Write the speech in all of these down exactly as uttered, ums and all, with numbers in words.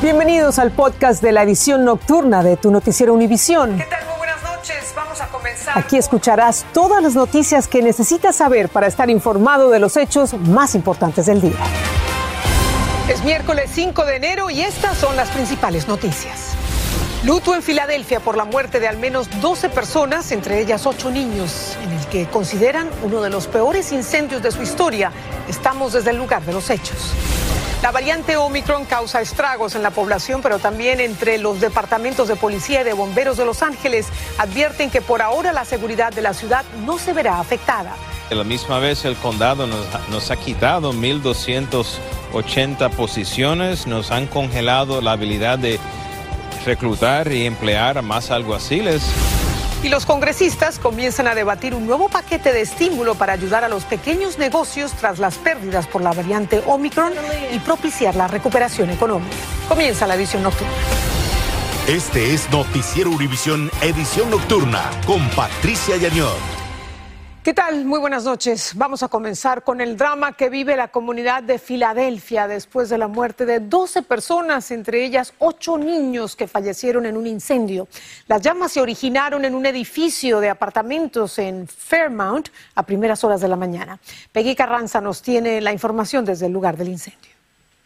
Bienvenidos al podcast de la edición nocturna de tu noticiero Univisión. ¿Qué tal? Muy buenas noches. Vamos a comenzar. Aquí escucharás todas las noticias que necesitas saber para estar informado de los hechos más importantes del día. Es miércoles cinco de enero y estas son las principales noticias. Luto en Filadelfia por la muerte de al menos doce personas, entre ellas ocho niños, en el que consideran uno de los peores incendios de su historia. Estamos desde el lugar de los hechos. La variante Omicron causa estragos en la población, pero también entre los departamentos de policía y de bomberos de Los Ángeles advierten que por ahora la seguridad de la ciudad no se verá afectada. A la misma vez el condado nos, nos ha quitado mil doscientas ochenta posiciones, nos han congelado la habilidad de reclutar y emplear a más alguaciles. Y los congresistas comienzan a debatir un nuevo paquete de estímulo para ayudar a los pequeños negocios tras las pérdidas por la variante Omicron y propiciar la recuperación económica. Comienza la edición nocturna. Este es Noticiero Univisión, edición nocturna, con Patricia Yañor. ¿Qué tal? Muy buenas noches. Vamos a comenzar con el drama que vive la comunidad de Filadelfia después de la muerte de doce personas, entre ellas ocho niños que fallecieron en un incendio. Las llamas se originaron en un edificio de apartamentos en Fairmount a primeras horas de la mañana. Peggy Carranza nos tiene la información desde el lugar del incendio.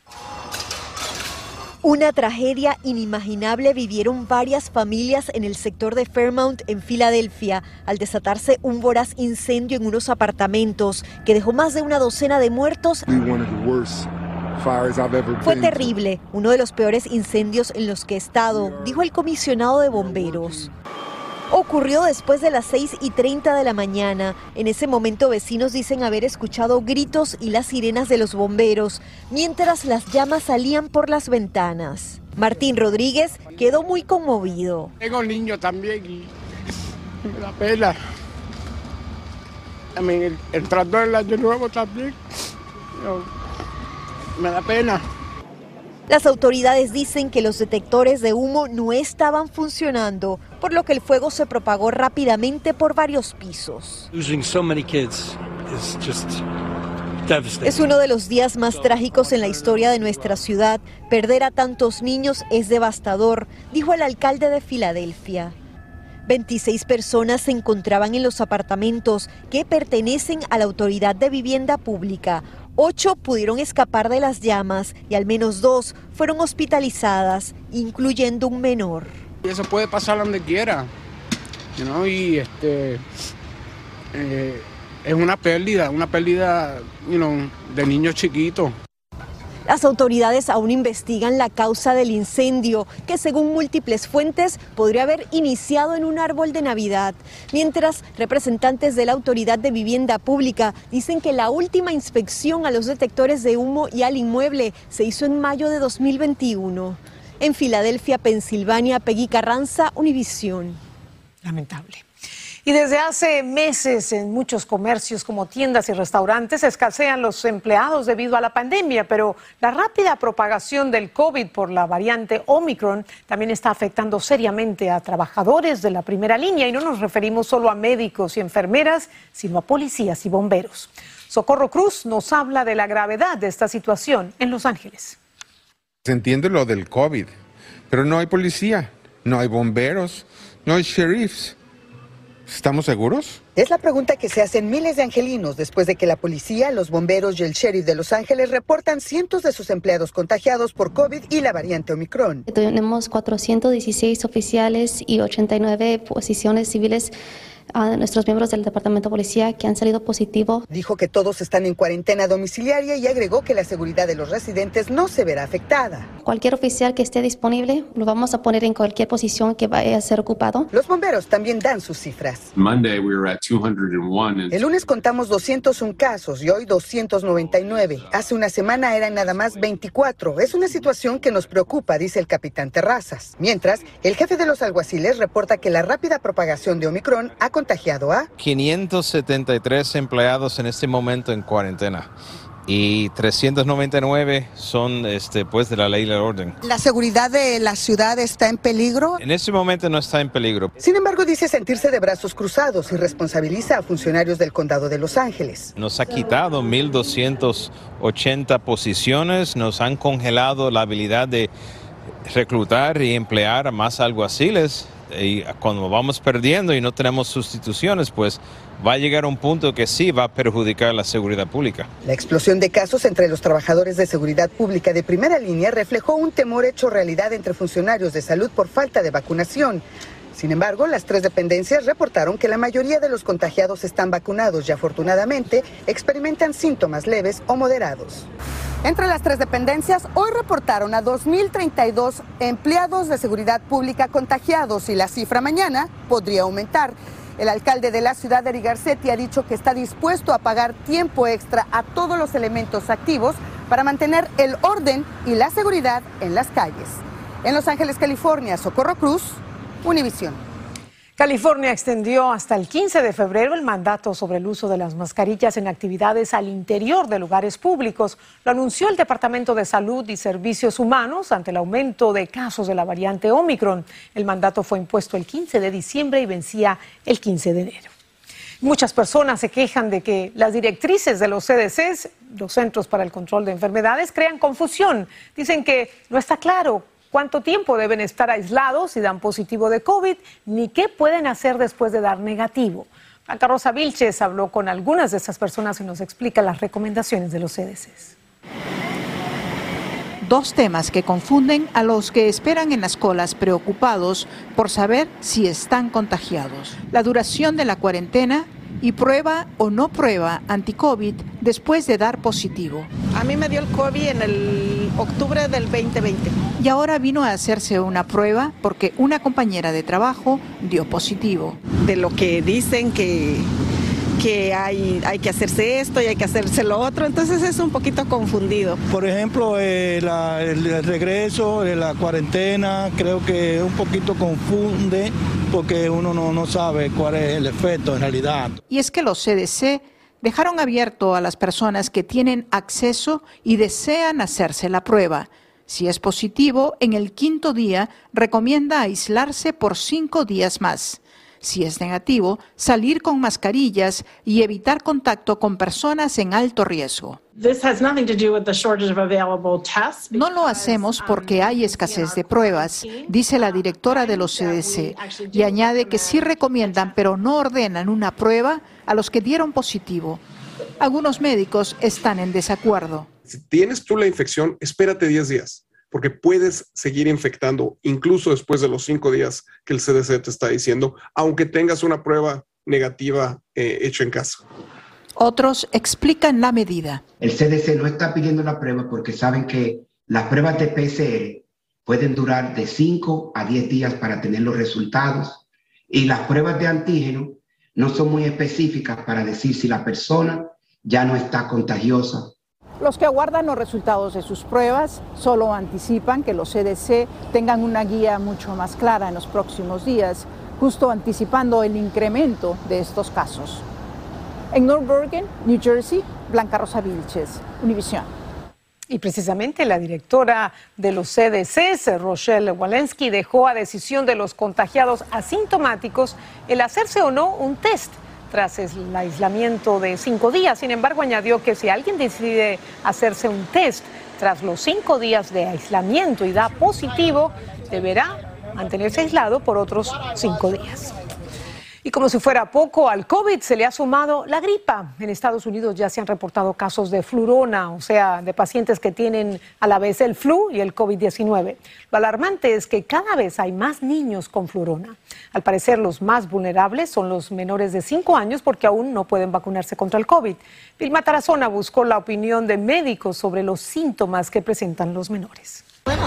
Una tragedia inimaginable vivieron varias familias en el sector de Fairmount en Filadelfia al desatarse un voraz incendio en unos apartamentos que dejó más de una docena de muertos. Fue terrible, uno de los peores incendios en los que he estado, dijo el comisionado de bomberos. Ocurrió después de las seis y treinta de la mañana. En ese momento vecinos dicen haber escuchado gritos y las sirenas de los bomberos, mientras las llamas salían por las ventanas. Martín Rodríguez quedó muy conmovido. Tengo niños también y me da pena. También el, entrando el año nuevo también, yo, me da pena. Las autoridades dicen que los detectores de humo no estaban funcionando, por lo que el fuego se propagó rápidamente por varios pisos. Es uno de los días más trágicos en la historia de nuestra ciudad. Perder a tantos niños es devastador, dijo el alcalde de Filadelfia. veintiséis personas se encontraban en los apartamentos que pertenecen a la Autoridad de Vivienda Pública. Ocho pudieron escapar de las llamas y al menos dos fueron hospitalizadas, incluyendo un menor. Eso puede pasar donde quiera, you know, y este eh, es una pérdida, una pérdida you know, de niños chiquitos. Las autoridades aún investigan la causa del incendio, que según múltiples fuentes podría haber iniciado en un árbol de Navidad, mientras representantes de la Autoridad de Vivienda Pública dicen que la última inspección a los detectores de humo y al inmueble se hizo en mayo de dos mil veintiuno. En Filadelfia, Pensilvania, Peggy Carranza, Univisión. Lamentable. Y desde hace meses en muchos comercios como tiendas y restaurantes escasean los empleados debido a la pandemia, pero la rápida propagación del COVID por la variante Omicron también está afectando seriamente a trabajadores de la primera línea, y no nos referimos solo a médicos y enfermeras, sino a policías y bomberos. Socorro Cruz nos habla de la gravedad de esta situación en Los Ángeles. Se entiende lo del COVID, pero no hay policía, no hay bomberos, no hay sheriffs. ¿Estamos seguros? Es la pregunta que se hacen miles de angelinos después de que la policía, los bomberos y el sheriff de Los Ángeles reportan cientos de sus empleados contagiados por COVID y la variante Omicron. Tenemos cuatrocientos dieciséis oficiales y ochenta y nueve posiciones civiles a nuestros miembros del Departamento de Policía que han salido positivo. Dijo que todos están en cuarentena domiciliaria y agregó que la seguridad de los residentes no se verá afectada. Cualquier oficial que esté disponible lo vamos a poner en cualquier posición que vaya a ser ocupado. Los bomberos también dan sus cifras. Monday we were at two hundred one and... El lunes contamos doscientos uno casos y hoy doscientos noventa y nueve. Hace una semana eran nada más veinticuatro. Es una situación que nos preocupa, dice el capitán Terrazas. Mientras, el jefe de los alguaciles reporta que la rápida propagación de Omicron ha contagiado a quinientos setenta y tres empleados en este momento en cuarentena y trescientos noventa y nueve son este, pues, de la ley y el orden. ¿La seguridad de la ciudad está en peligro? En este momento no está en peligro. Sin embargo, dice sentirse de brazos cruzados y responsabiliza a funcionarios del condado de Los Ángeles. Nos ha quitado mil doscientas ochenta posiciones, nos han congelado la habilidad de reclutar y emplear a más alguaciles, y cuando vamos perdiendo y no tenemos sustituciones, pues va a llegar un punto que sí va a perjudicar la seguridad pública. La explosión de casos entre los trabajadores de seguridad pública de primera línea reflejó un temor hecho realidad entre funcionarios de salud por falta de vacunación. Sin embargo, las tres dependencias reportaron que la mayoría de los contagiados están vacunados y afortunadamente experimentan síntomas leves o moderados. Entre las tres dependencias, hoy reportaron a dos mil treinta y dos empleados de seguridad pública contagiados y la cifra mañana podría aumentar. El alcalde de la ciudad, Eric Garcetti, ha dicho que está dispuesto a pagar tiempo extra a todos los elementos activos para mantener el orden y la seguridad en las calles. En Los Ángeles, California, Socorro Cruz, Univisión. California extendió hasta el quince de febrero el mandato sobre el uso de las mascarillas en actividades al interior de lugares públicos. Lo anunció el Departamento de Salud y Servicios Humanos ante el aumento de casos de la variante Omicron. El mandato fue impuesto el quince de diciembre y vencía el quince de enero. Muchas personas se quejan de que las directrices de los C D Cs, los Centros para el Control de Enfermedades, crean confusión. Dicen que no está claro cuánto tiempo deben estar aislados si dan positivo de COVID, ni qué pueden hacer después de dar negativo. Blanca Rosa Vilches habló con algunas de esas personas y nos explica las recomendaciones de los C D Cs. Dos temas que confunden a los que esperan en las colas preocupados por saber si están contagiados. La duración de la cuarentena y prueba o no prueba anti-COVID después de dar positivo. A mí me dio el COVID en el octubre del veinte veinte. Y ahora vino a hacerse una prueba porque una compañera de trabajo dio positivo. De lo que dicen que, que hay, hay que hacerse esto y hay que hacerse lo otro, entonces es un poquito confundido. Por ejemplo, eh, la, el, el regreso de la cuarentena creo que un poquito confunde porque uno no, no sabe cuál es el efecto en realidad. Y es que los C D C dejaron abierto a las personas que tienen acceso y desean hacerse la prueba. Si es positivo, en el quinto día recomienda aislarse por cinco días más. Si es negativo, salir con mascarillas y evitar contacto con personas en alto riesgo. No lo hacemos porque hay escasez de pruebas, dice la directora de los C D C, y añade que sí recomiendan, pero no ordenan una prueba a los que dieron positivo. Algunos médicos están en desacuerdo. Si tienes tú la infección, espérate diez días. Porque puedes seguir infectando incluso después de los cinco días que el C D C te está diciendo, aunque tengas una prueba negativa eh, hecha en casa. Otros explican la medida. El C D C no está pidiendo la prueba porque saben que las pruebas de P C R pueden durar de cinco a diez días para tener los resultados y las pruebas de antígeno no son muy específicas para decir si la persona ya no está contagiosa. Los que aguardan los resultados de sus pruebas solo anticipan que los C D C tengan una guía mucho más clara en los próximos días, justo anticipando el incremento de estos casos. En North Bergen, New Jersey, Blanca Rosa Vilches, Univisión. Y precisamente la directora de los C D Cs, Rochelle Walensky, dejó a decisión de los contagiados asintomáticos el hacerse o no un test tras el aislamiento de cinco días. Sin embargo, añadió que si alguien decide hacerse un test tras los cinco días de aislamiento y da positivo, deberá mantenerse aislado por otros cinco días. Y como si fuera poco, al COVID se le ha sumado la gripa. En Estados Unidos ya se han reportado casos de flurona, o sea, de pacientes que tienen a la vez el flu y el COVID diecinueve. Lo alarmante es que cada vez hay más niños con flurona. Al parecer, los más vulnerables son los menores de cinco años porque aún no pueden vacunarse contra el COVID. Vilma Tarazona buscó la opinión de médicos sobre los síntomas que presentan los menores.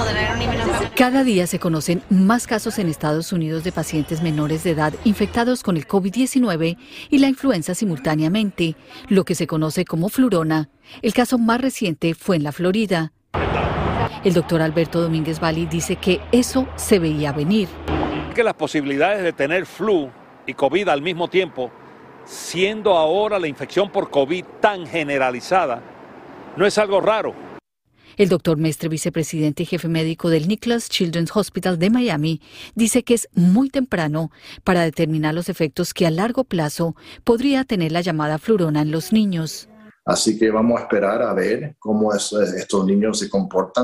Cada día se conocen más casos en Estados Unidos de pacientes menores de edad infectados con el COVID diecinueve y la influenza simultáneamente, lo que se conoce como flurona. El caso más reciente fue en la Florida. El doctor Alberto Domínguez Valli dice que eso se veía venir. Que las posibilidades de tener flu y COVID al mismo tiempo, siendo ahora la infección por COVID tan generalizada, no es algo raro. El doctor Mestre, vicepresidente y jefe médico del Nicklaus Children's Hospital de Miami, dice que es muy temprano para determinar los efectos que a largo plazo podría tener la llamada flurona en los niños. Así que vamos a esperar a ver cómo es, estos niños se comportan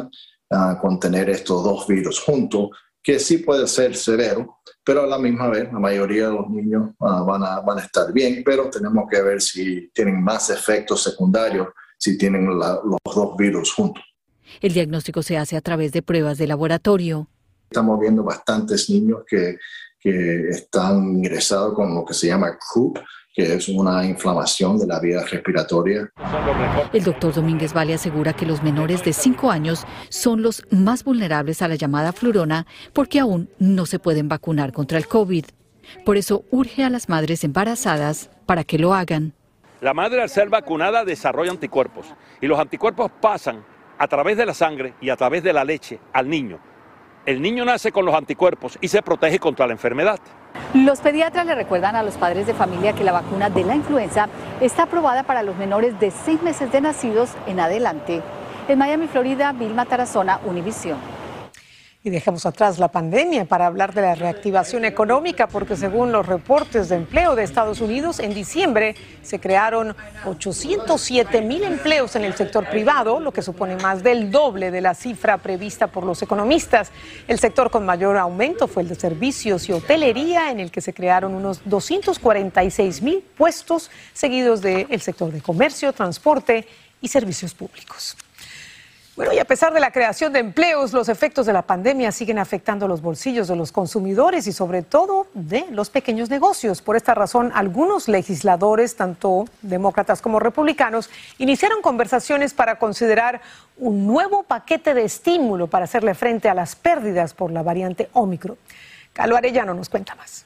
uh, con tener estos dos virus juntos, que sí puede ser severo, pero a la misma vez la mayoría de los niños uh, van, a, van a estar bien, pero tenemos que ver si tienen más efectos secundarios si tienen la, los dos virus juntos. El diagnóstico se hace a través de pruebas de laboratorio. Estamos viendo bastantes niños que, que están ingresados con lo que se llama croup, que es una inflamación de la vía respiratoria. El doctor Domínguez Valle asegura que los menores de cinco años son los más vulnerables a la llamada flurona porque aún no se pueden vacunar contra el COVID. Por eso urge a las madres embarazadas para que lo hagan. La madre al ser vacunada desarrolla anticuerpos y los anticuerpos pasan a través de la sangre y a través de la leche al niño. El niño nace con los anticuerpos y se protege contra la enfermedad. Los pediatras le recuerdan a los padres de familia que la vacuna de la influenza está aprobada para los menores de seis meses de nacidos en adelante. En Miami, Florida, Vilma Tarazona, Univisión. Y dejamos atrás la pandemia para hablar de la reactivación económica, porque según los reportes de empleo de Estados Unidos, en diciembre se crearon ochocientos siete mil empleos en el sector privado, lo que supone más del doble de la cifra prevista por los economistas. El sector con mayor aumento fue el de servicios y hotelería, en el que se crearon unos doscientos cuarenta y seis mil puestos, seguidos del sector de comercio, transporte y servicios públicos. Bueno, y a pesar de la creación de empleos, los efectos de la pandemia siguen afectando los bolsillos de los consumidores y sobre todo de los pequeños negocios. Por esta razón, algunos legisladores, tanto demócratas como republicanos, iniciaron conversaciones para considerar un nuevo paquete de estímulo para hacerle frente a las pérdidas por la variante Ómicron. Carlos Arellano nos cuenta más.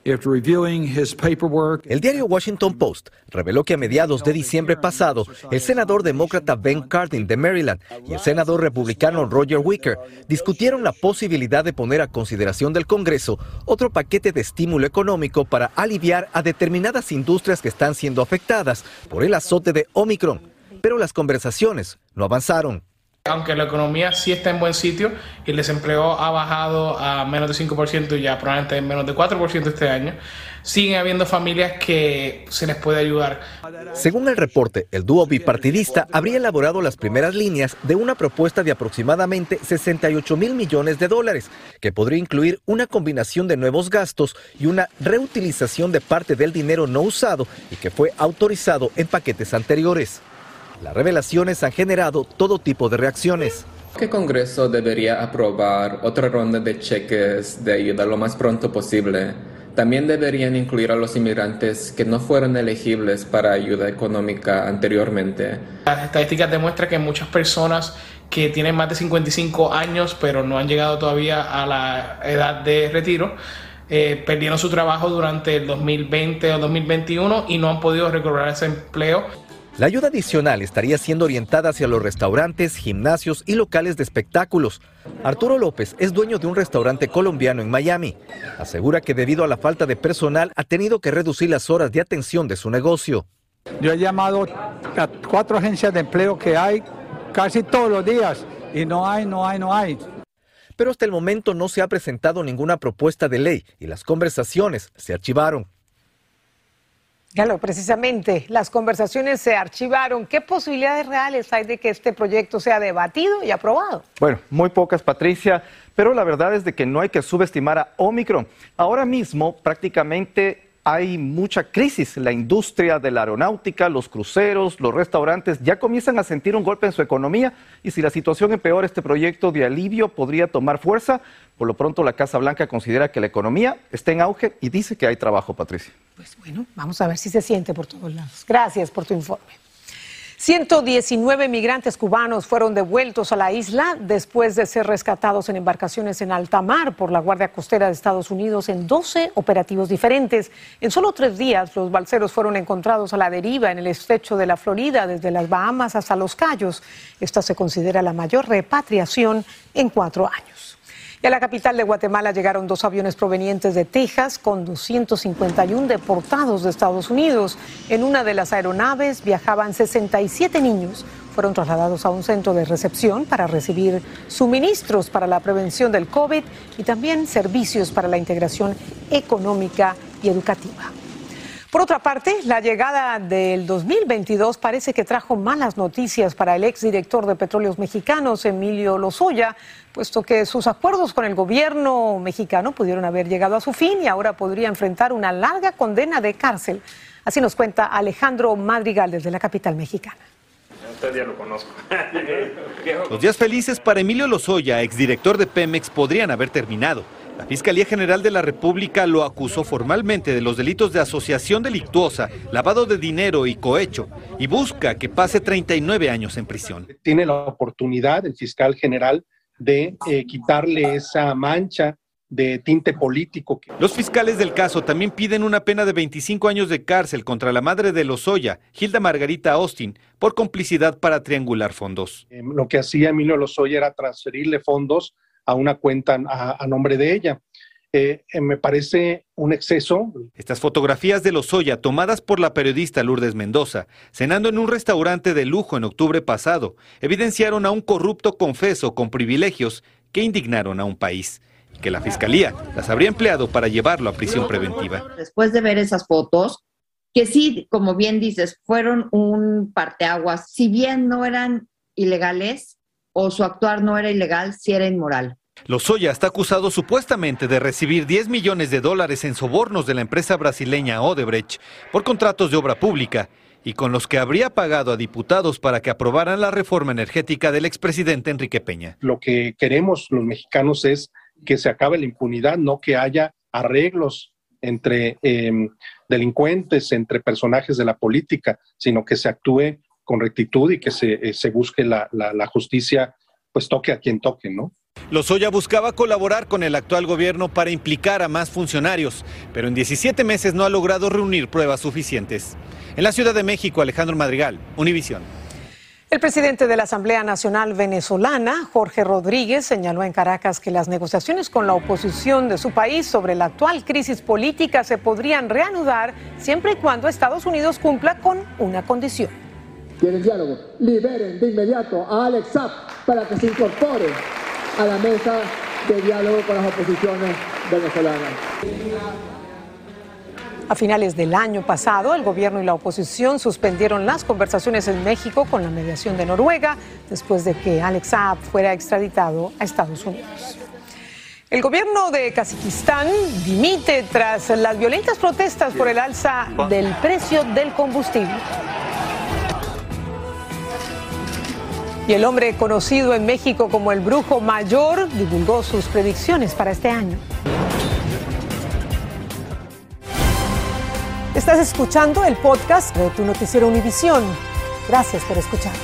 El diario Washington Post reveló que a mediados de diciembre pasado, el senador demócrata Ben Cardin de Maryland y el senador republicano Roger Wicker discutieron la posibilidad de poner a consideración del Congreso otro paquete de estímulo económico para aliviar a determinadas industrias que están siendo afectadas por el azote de Omicron. Pero las conversaciones no avanzaron. Aunque la economía sí está en buen sitio y el desempleo ha bajado a menos de cinco por ciento y ya probablemente menos de cuatro por ciento este año, siguen habiendo familias que se les puede ayudar. Según el reporte, el dúo bipartidista habría elaborado las primeras líneas de una propuesta de aproximadamente sesenta y ocho mil millones de dólares, que podría incluir una combinación de nuevos gastos y una reutilización de parte del dinero no usado y que fue autorizado en paquetes anteriores. Las revelaciones han generado todo tipo de reacciones. El Congreso debería aprobar otra ronda de cheques de ayuda lo más pronto posible. También deberían incluir a los inmigrantes que no fueron elegibles para ayuda económica anteriormente. Las estadísticas demuestran que muchas personas que tienen más de cincuenta y cinco años pero no han llegado todavía a la edad de retiro, eh, perdieron su trabajo durante el dos mil veinte o dos mil veintiuno y no han podido recobrar ese empleo. La ayuda adicional estaría siendo orientada hacia los restaurantes, gimnasios y locales de espectáculos. Arturo López es dueño de un restaurante colombiano en Miami. Asegura que debido a la falta de personal ha tenido que reducir las horas de atención de su negocio. Yo he llamado a cuatro agencias de empleo que hay casi todos los días y no hay, no hay, no hay. Pero hasta el momento no se ha presentado ninguna propuesta de ley y las conversaciones se archivaron. Claro, precisamente, las conversaciones se archivaron. ¿Qué posibilidades reales hay de que este proyecto sea debatido y aprobado? Bueno, muy pocas, Patricia, pero la verdad es de que no hay que subestimar a Omicron. Ahora mismo prácticamente hay mucha crisis. La industria de la aeronáutica, los cruceros, los restaurantes ya comienzan a sentir un golpe en su economía y si la situación empeora, este proyecto de alivio podría tomar fuerza. Por lo pronto, la Casa Blanca considera que la economía está en auge y dice que hay trabajo, Patricia. Pues bueno, vamos a ver si se siente por todos lados. Gracias por tu informe. ciento diecinueve migrantes cubanos fueron devueltos a la isla después de ser rescatados en embarcaciones en alta mar por la Guardia Costera de Estados Unidos en doce operativos diferentes. En solo tres días, los balseros fueron encontrados a la deriva en el estrecho de la Florida, desde las Bahamas hasta Los Cayos. Esta se considera la mayor repatriación en cuatro años. Y a la capital de Guatemala llegaron dos aviones provenientes de Texas con doscientos cincuenta y uno deportados de Estados Unidos. En una de las aeronaves viajaban sesenta y siete niños. Fueron trasladados a un centro de recepción para recibir suministros para la prevención del COVID y también servicios para la integración económica y educativa. Por otra parte, la llegada del dos mil veintidós parece que trajo malas noticias para el exdirector de Petróleos Mexicanos, Emilio Lozoya, puesto que sus acuerdos con el gobierno mexicano pudieron haber llegado a su fin y ahora podría enfrentar una larga condena de cárcel. Así nos cuenta Alejandro Madrigal desde la capital mexicana. Usted ya lo conozco. Los días felices para Emilio Lozoya, exdirector de Pemex, podrían haber terminado. La Fiscalía General de la República lo acusó formalmente de los delitos de asociación delictuosa, lavado de dinero y cohecho, y busca que pase treinta y nueve años en prisión. Tiene la oportunidad el fiscal general de eh, quitarle esa mancha de tinte político. Los fiscales del caso también piden una pena de veinticinco años de cárcel contra la madre de Lozoya, Hilda Margarita Austin, por complicidad para triangular fondos. Eh, lo que hacía Emilio Lozoya era transferirle fondos a una cuenta a, a nombre de ella. Eh, eh, me parece un exceso. Estas fotografías de Lozoya, tomadas por la periodista Lourdes Mendoza, cenando en un restaurante de lujo en octubre pasado, evidenciaron a un corrupto confeso con privilegios que indignaron a un país, y que la Fiscalía las habría empleado para llevarlo a prisión preventiva. Después de ver esas fotos, que sí, como bien dices, fueron un parteaguas, si bien no eran ilegales, o su actuar no era ilegal, sí era inmoral. Lozoya está acusado supuestamente de recibir diez millones de dólares en sobornos de la empresa brasileña Odebrecht por contratos de obra pública y con los que habría pagado a diputados para que aprobaran la reforma energética del expresidente Enrique Peña. Lo que queremos los mexicanos es que se acabe la impunidad, no que haya arreglos entre eh, delincuentes, entre personajes de la política, sino que se actúe con rectitud y que se, eh, se busque la, la, la justicia, pues toque a quien toque, ¿no? Lozoya buscaba colaborar con el actual gobierno para implicar a más funcionarios, pero en diecisiete meses no ha logrado reunir pruebas suficientes. En la Ciudad de México, Alejandro Madrigal, Univisión. El presidente de la Asamblea Nacional venezolana, Jorge Rodríguez, señaló en Caracas que las negociaciones con la oposición de su país sobre la actual crisis política se podrían reanudar siempre y cuando Estados Unidos cumpla con una condición. ¿Quieren diálogo? Liberen de inmediato a Alex Saab para que se incorpore a la mesa de diálogo con las oposiciones venezolanas. A finales del año pasado, el gobierno y la oposición suspendieron las conversaciones en México con la mediación de Noruega, después de que Alex Saab fuera extraditado a Estados Unidos. El gobierno de Kazajistán dimite tras las violentas protestas por el alza del precio del combustible. Y el hombre conocido en México como el Brujo Mayor divulgó sus predicciones para este año. Estás escuchando el podcast de tu noticiero Univisión. Gracias por escuchar.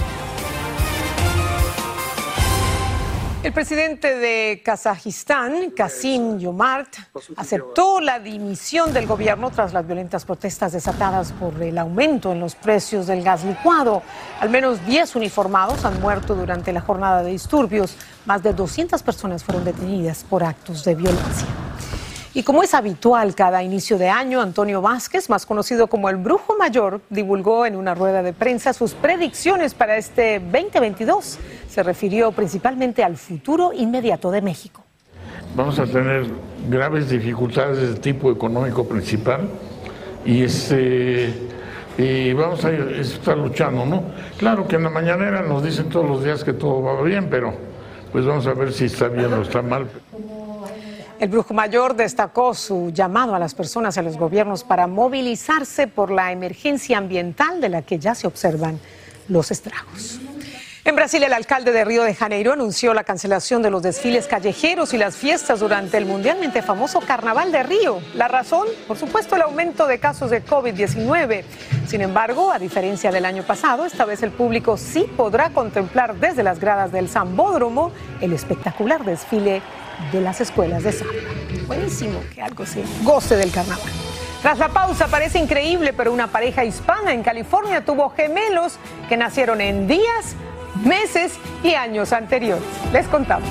El presidente de Kazajistán, Kassym-Jomart, aceptó la dimisión del gobierno tras las violentas protestas desatadas por el aumento en los precios del gas licuado. Al menos diez uniformados han muerto durante la jornada de disturbios. Más de doscientas personas fueron detenidas por actos de violencia. Y como es habitual cada inicio de año, Antonio Vázquez, más conocido como el Brujo Mayor, divulgó en una rueda de prensa sus predicciones para este veinte veintidós. Se refirió principalmente al futuro inmediato de México. Vamos a tener graves dificultades de tipo económico principal y, este, y vamos a estar luchando, ¿no? Claro que en la mañanera nos dicen todos los días que todo va bien, pero pues vamos a ver si está bien o está mal. El Brujo Mayor destacó su llamado a las personas y a los gobiernos para movilizarse por la emergencia ambiental de la que ya se observan los estragos. En Brasil, el alcalde de Río de Janeiro anunció la cancelación de los desfiles callejeros y las fiestas durante el mundialmente famoso Carnaval de Río. La razón, por supuesto, el aumento de casos de COVID diecinueve. Sin embargo, a diferencia del año pasado, esta vez el público sí podrá contemplar desde las gradas del Sambódromo el espectacular desfile de las escuelas de samba. Buenísimo que algo se goce del carnaval. Tras la pausa, parece increíble, pero una pareja hispana en California tuvo gemelos que nacieron en días, meses y años anteriores. Les contamos.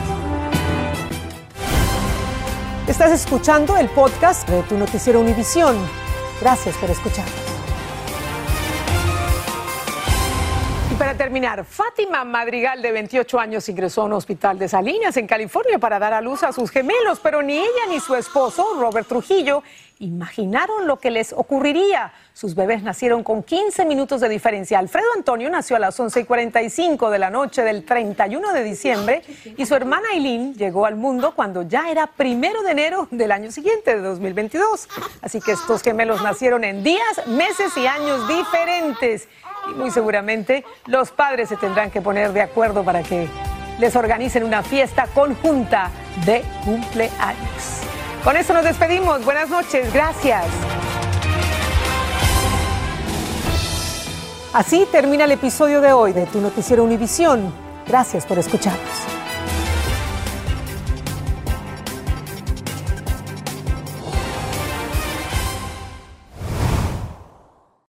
Estás escuchando el podcast de tu noticiero Univisión. Gracias por escuchar. Y para para terminar, Fátima Madrigal, de veintiocho años, ingresó a un hospital de Salinas, en California, para dar a luz a sus gemelos, pero ni ella ni su esposo, Robert Trujillo, imaginaron lo que les ocurriría. Sus bebés nacieron con quince minutos de diferencia. Alfredo Antonio nació a las once y cuarenta y cinco de la noche del treinta y uno de diciembre y su hermana Aileen llegó al mundo cuando ya era primero de enero del año siguiente, de dos mil veintidós. Así que estos gemelos nacieron en días, meses y años diferentes. Y muy seguramente los padres se tendrán que poner de acuerdo para que les organicen una fiesta conjunta de cumpleaños. Con eso nos despedimos. Buenas noches. Gracias. Así termina el episodio de hoy de Tu Noticiero Univisión. Gracias por escucharnos.